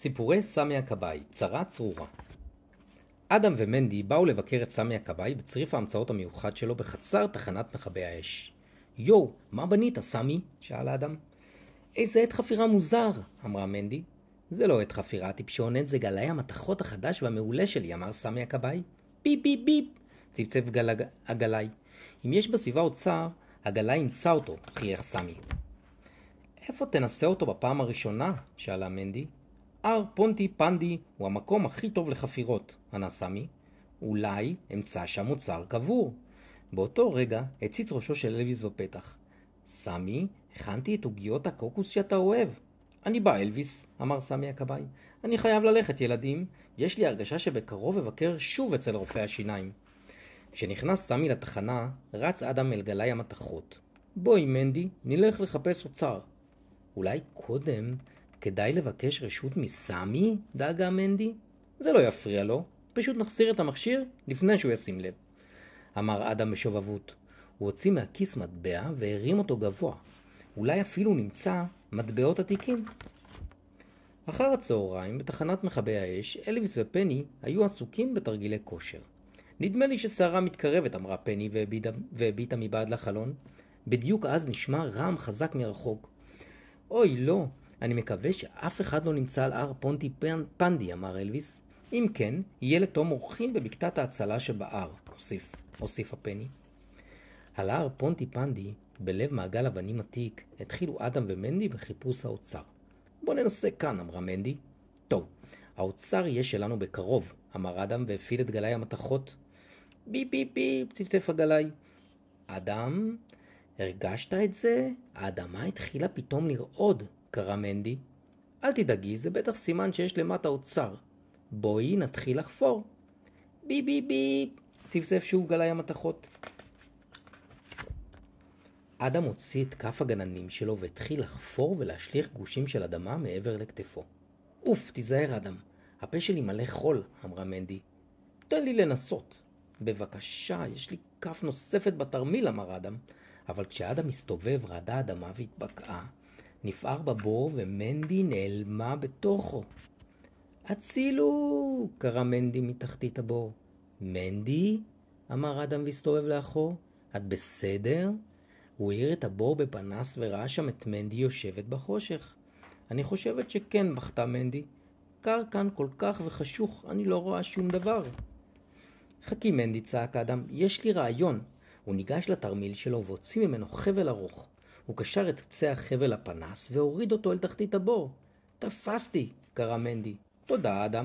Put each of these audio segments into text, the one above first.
סיפורי סמי הכבאי, צרה צרורה. אדם ומנדי באו לבקר את סמי הכבאי בצריף ההמצאות המיוחד שלו בחצר תחנת מכבי האש. יו, מה בנית, סמי? שאל אדם. איזה עת חפירה מוזר, אמרה מנדי. זה לא עת חפירה, טיפשונט, זה גלאי המתכות החדש והמעולה שלי, אמר סמי הכבאי. ביפ ביפ ביפ, צפצף הגלאי. אם יש בסביבה אוצר, הגלאי ימצא אותו, חייך סמי. איפה תנסה אותו בפעם הראשונה? שאלה מנדי. הר פונטי פנדי הוא המקום הכי טוב לחפירות, ענה סמי. אולי אמצא שם אוצר קבור. באותו רגע הציץ ראשו של אלוויס בפתח. סמי, הכנתי את עוגיות הקוקוס שאתה אוהב. אני בא, אלוויס, אמר סמי הכבאי. אני חייב ללכת, ילדים. יש לי הרגשה שבקרוב אבקר שוב אצל רופא השיניים. כשנכנס סמי לתחנה, רץ אדם אל גלאי המתכות. בואי, מנדי, נלך לחפש אוצר. אולי קודם כדאי לבקש רשות מסמי? דאגה מנדי. זה לא יפריע לו, פשוט נחזיר את המכשיר לפני שהוא ישים לב. אמר אדם בשובבות. הוא הוציא מהכיס מטבע והרים אותו גבוה. אולי אפילו נמצא מטבעות עתיקים. אחר הצהריים, בתחנת מכבי האש, אלוויס ופני היו עסוקים בתרגילי כושר. נדמה לי שסערה מתקרבת, אמרה פני והביטה מבעד לחלון. בדיוק אז נשמע רעם חזק מרחוק. אוי, לא, אני מקווה שאף אחד לא נמצא על הר פונטי פנדי, אמר אלוויס. אם כן, יהיה לתום אורחים בבקתת ההצלה שבהר, הוסיף הפני. על הר פונטי פנדי, בלב מעגל אבנים עתיק, התחילו אדם ומנדי בחיפוש האוצר. בוא ננסה כאן, אמרה מנדי. טוב, האוצר יהיה שלנו בקרוב, אמר אדם והפעיל את גלאי המתכות. ביפ ביפ ביפ, צפצף הגלאי. אדם, הרגשת את זה? האדמה התחילה פתאום לרעוד, קרא מנדי. אל תדאגי, זה בטח סימן שיש למטה אוצר. בואי נתחיל לחפור. ביפ ביפ ביפ, צפצף שוב גלאי המתכות. אדם הוציא את כף הגננים שלו והתחיל לחפור ולהשליך גושים של אדמה מעבר לכתפו. אוף, תיזהר אדם, הפה שלי מלא חול, אמרה מנדי. תן לי לנסות. בבקשה, יש לי כף נוספת בתרמיל, אמר אדם. אבל כשאדם הסתובב רעדה האדמה והתבקעה, נפער בבור ומנדי נעלמה בתוכו. הצילו! קרא מנדי מתחתית הבור. מנדי? אמר אדם והסתובב לאחור. את בסדר? הוא העיר את הבור בפנס וראה שם את מנדי יושבת בחושך. אני חושבת שכן, בכתה מנדי. קר כאן כל כך וחשוך, אני לא רואה שום דבר. חכי מנדי, צעק אדם, יש לי רעיון. הוא ניגש לתרמיל שלו והוציא ממנו חבל ארוך. הוא קשר את קצה החבל לפנס והוריד אותו אל תחתית הבור. תפסתי, קרא מנדי. תודה, אדם.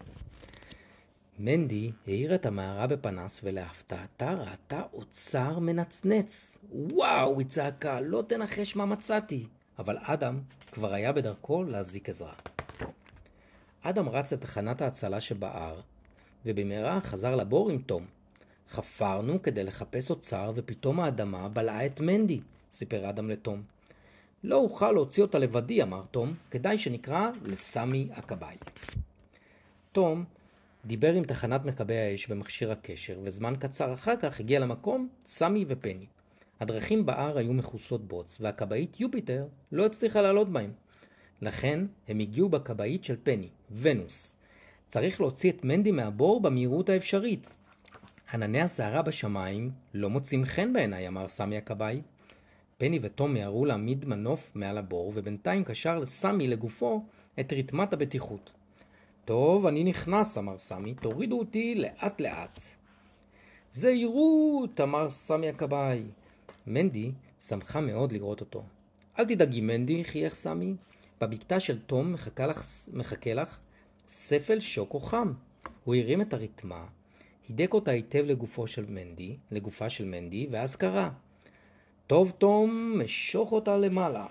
מנדי העיר את המערה בפנס ולהפתעתה ראתה אוצר מנצנץ. וואו, היא צעקה, לא תנחש מה מצאתי. אבל אדם כבר היה בדרכו להזיק עזרה. אדם רץ לתחנת ההצלה שבהר, ובמהרה חזר לבור עם תום. חפרנו כדי לחפש אוצר ופתאום האדמה בלעה את מנדי, סיפר אדם לתום. לא אוכל להוציא אותה לבדי, אמר תום, כדאי שנקרא לסמי הכבאי. תום דיבר עם תחנת מכבי האש במכשיר הקשר, וזמן קצר אחר כך הגיע למקום סמי ופני. הדרכים בהר היו מחוסות בוץ, והכבאית יופיטר לא הצליחה לעלות בהם. לכן הם הגיעו בכבאית של פני, ונוס. צריך להוציא את מנדי מהבור במהירות האפשרית. ענני הסערה בשמיים לא מוצאים חן בעיניי, אמר סמי הכבאי. פני ותום מיהרו להעמיד מנוף מעל הבור, ובינתיים קשר לסמי לגופו את רתמת הבטיחות. טוב, אני נכנס, אמר סמי, תורידו אותי לאט לאט. זהירות, אמר סמי הכבאי. מנדי שמחה מאוד לראות אותו. אל תדאגי מנדי, חייך סמי. בבקתה של תום מחכה לך ספל שוקו חם. הוא הרים את הרתמה, הידק אותה היטב לגופה של מנדי, ואז קרא. טוב תום, משוך אותה למעלה.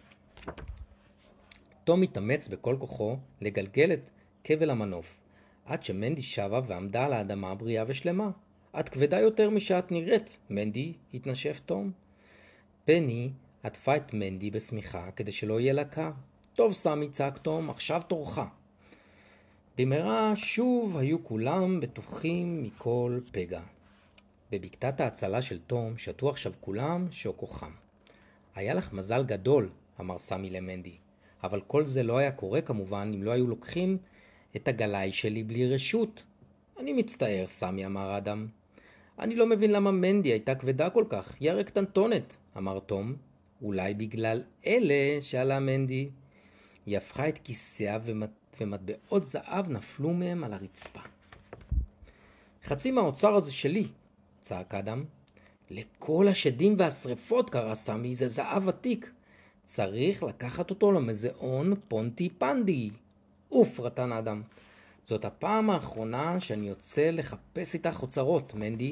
תום התאמץ בכל כוחו לגלגל את כבל המנוף, עד שמנדי שבה ועמדה על האדמה בריאה ושלמה. את כבדה יותר משאת נראית, מנדי, התנשף תום. פני עטפה את מנדי בסמיכה כדי שלא יהיה לה קר. טוב סמי, צעק תום, עכשיו תורך. במהרה שוב היו כולם בטוחים מכל פגע. בבקתת ההצלה של תום שתו עכשיו כולם שוקו חם. היה לך מזל גדול, אמר סמי למנדי. אבל כל זה לא היה קורה כמובן אם לא היו לוקחים את הגלאי שלי בלי רשות. אני מצטער, סמי, אמר אדם. אני לא מבין למה מנדי הייתה כבדה כל כך, היא הרי קטנטונת, אמר תום. אולי בגלל אלה, שאלה מנדי. היא הפכה את כיסאה ומטבעות זהב נפלו מהם על הרצפה. חצי מהאוצר הזה שלי, צעק אדם. לכל השדים והשריפות, קרא סמי, זה זהב עתיק. צריך לקחת אותו למוזיאון פונטי פנדי. אוף, רטן אדם. זאת הפעם האחרונה שאני יוצא לחפש איתך אוצרות, מנדי.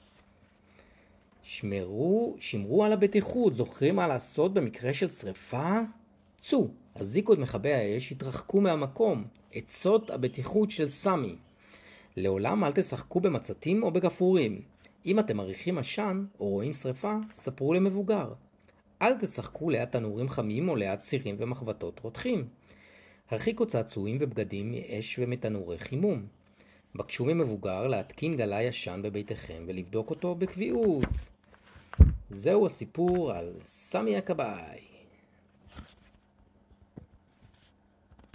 שמרו על הבטיחות, זוכרים מה לעשות במקרה של שריפה? צאו, הזיקו את מכבי האש, התרחקו מהמקום. עצות הבטיחות של סמי. לעולם אל תשחקו במצתים או בגפרורים. אם אתם מריחים עשן או רואים שריפה, ספרו למבוגר. אל תשחקו ליד תנורים חמים או ליד סירים ומחבטות רותחים. הרחיקו צעצועים ובגדים מאש ומתנורי חימום. בקשו ממבוגר להתקין גלאי ישן בביתכם ולבדוק אותו בקביעות. זהו הסיפור על סמי הכבאי.